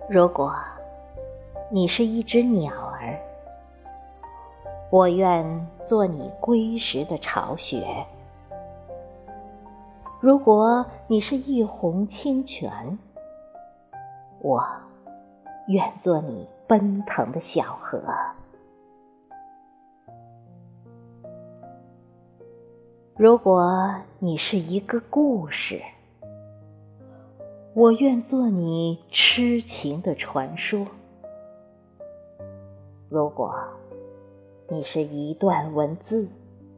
如果你是一只鸟儿，我愿做你归时的巢穴；如果你是一泓清泉，我愿做你奔腾的小河；如果你是一个故事，我愿做你痴情的传说；如果你是一段文字，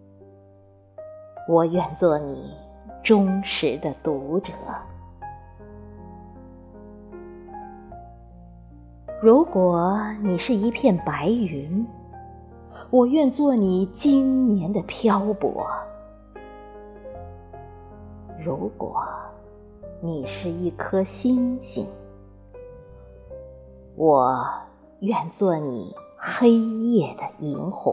我愿做你忠实的读者；如果你是一片白云，我愿做你经年的漂泊；如果你是一颗星星，我愿做你黑夜的萤火；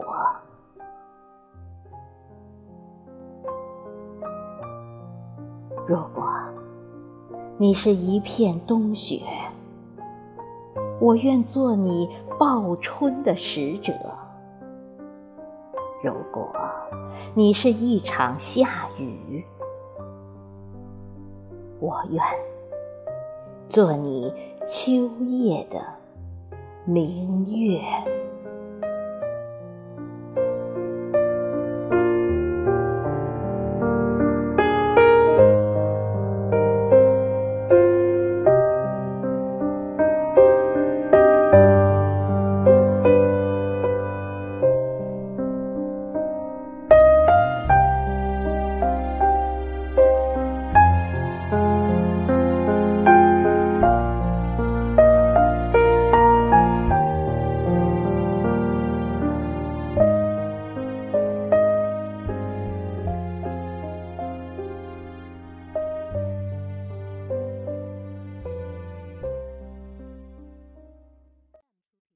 如果你是一片冬雪，我愿做你报春的使者；如果你是一场下雨，我愿做你秋夜的明月。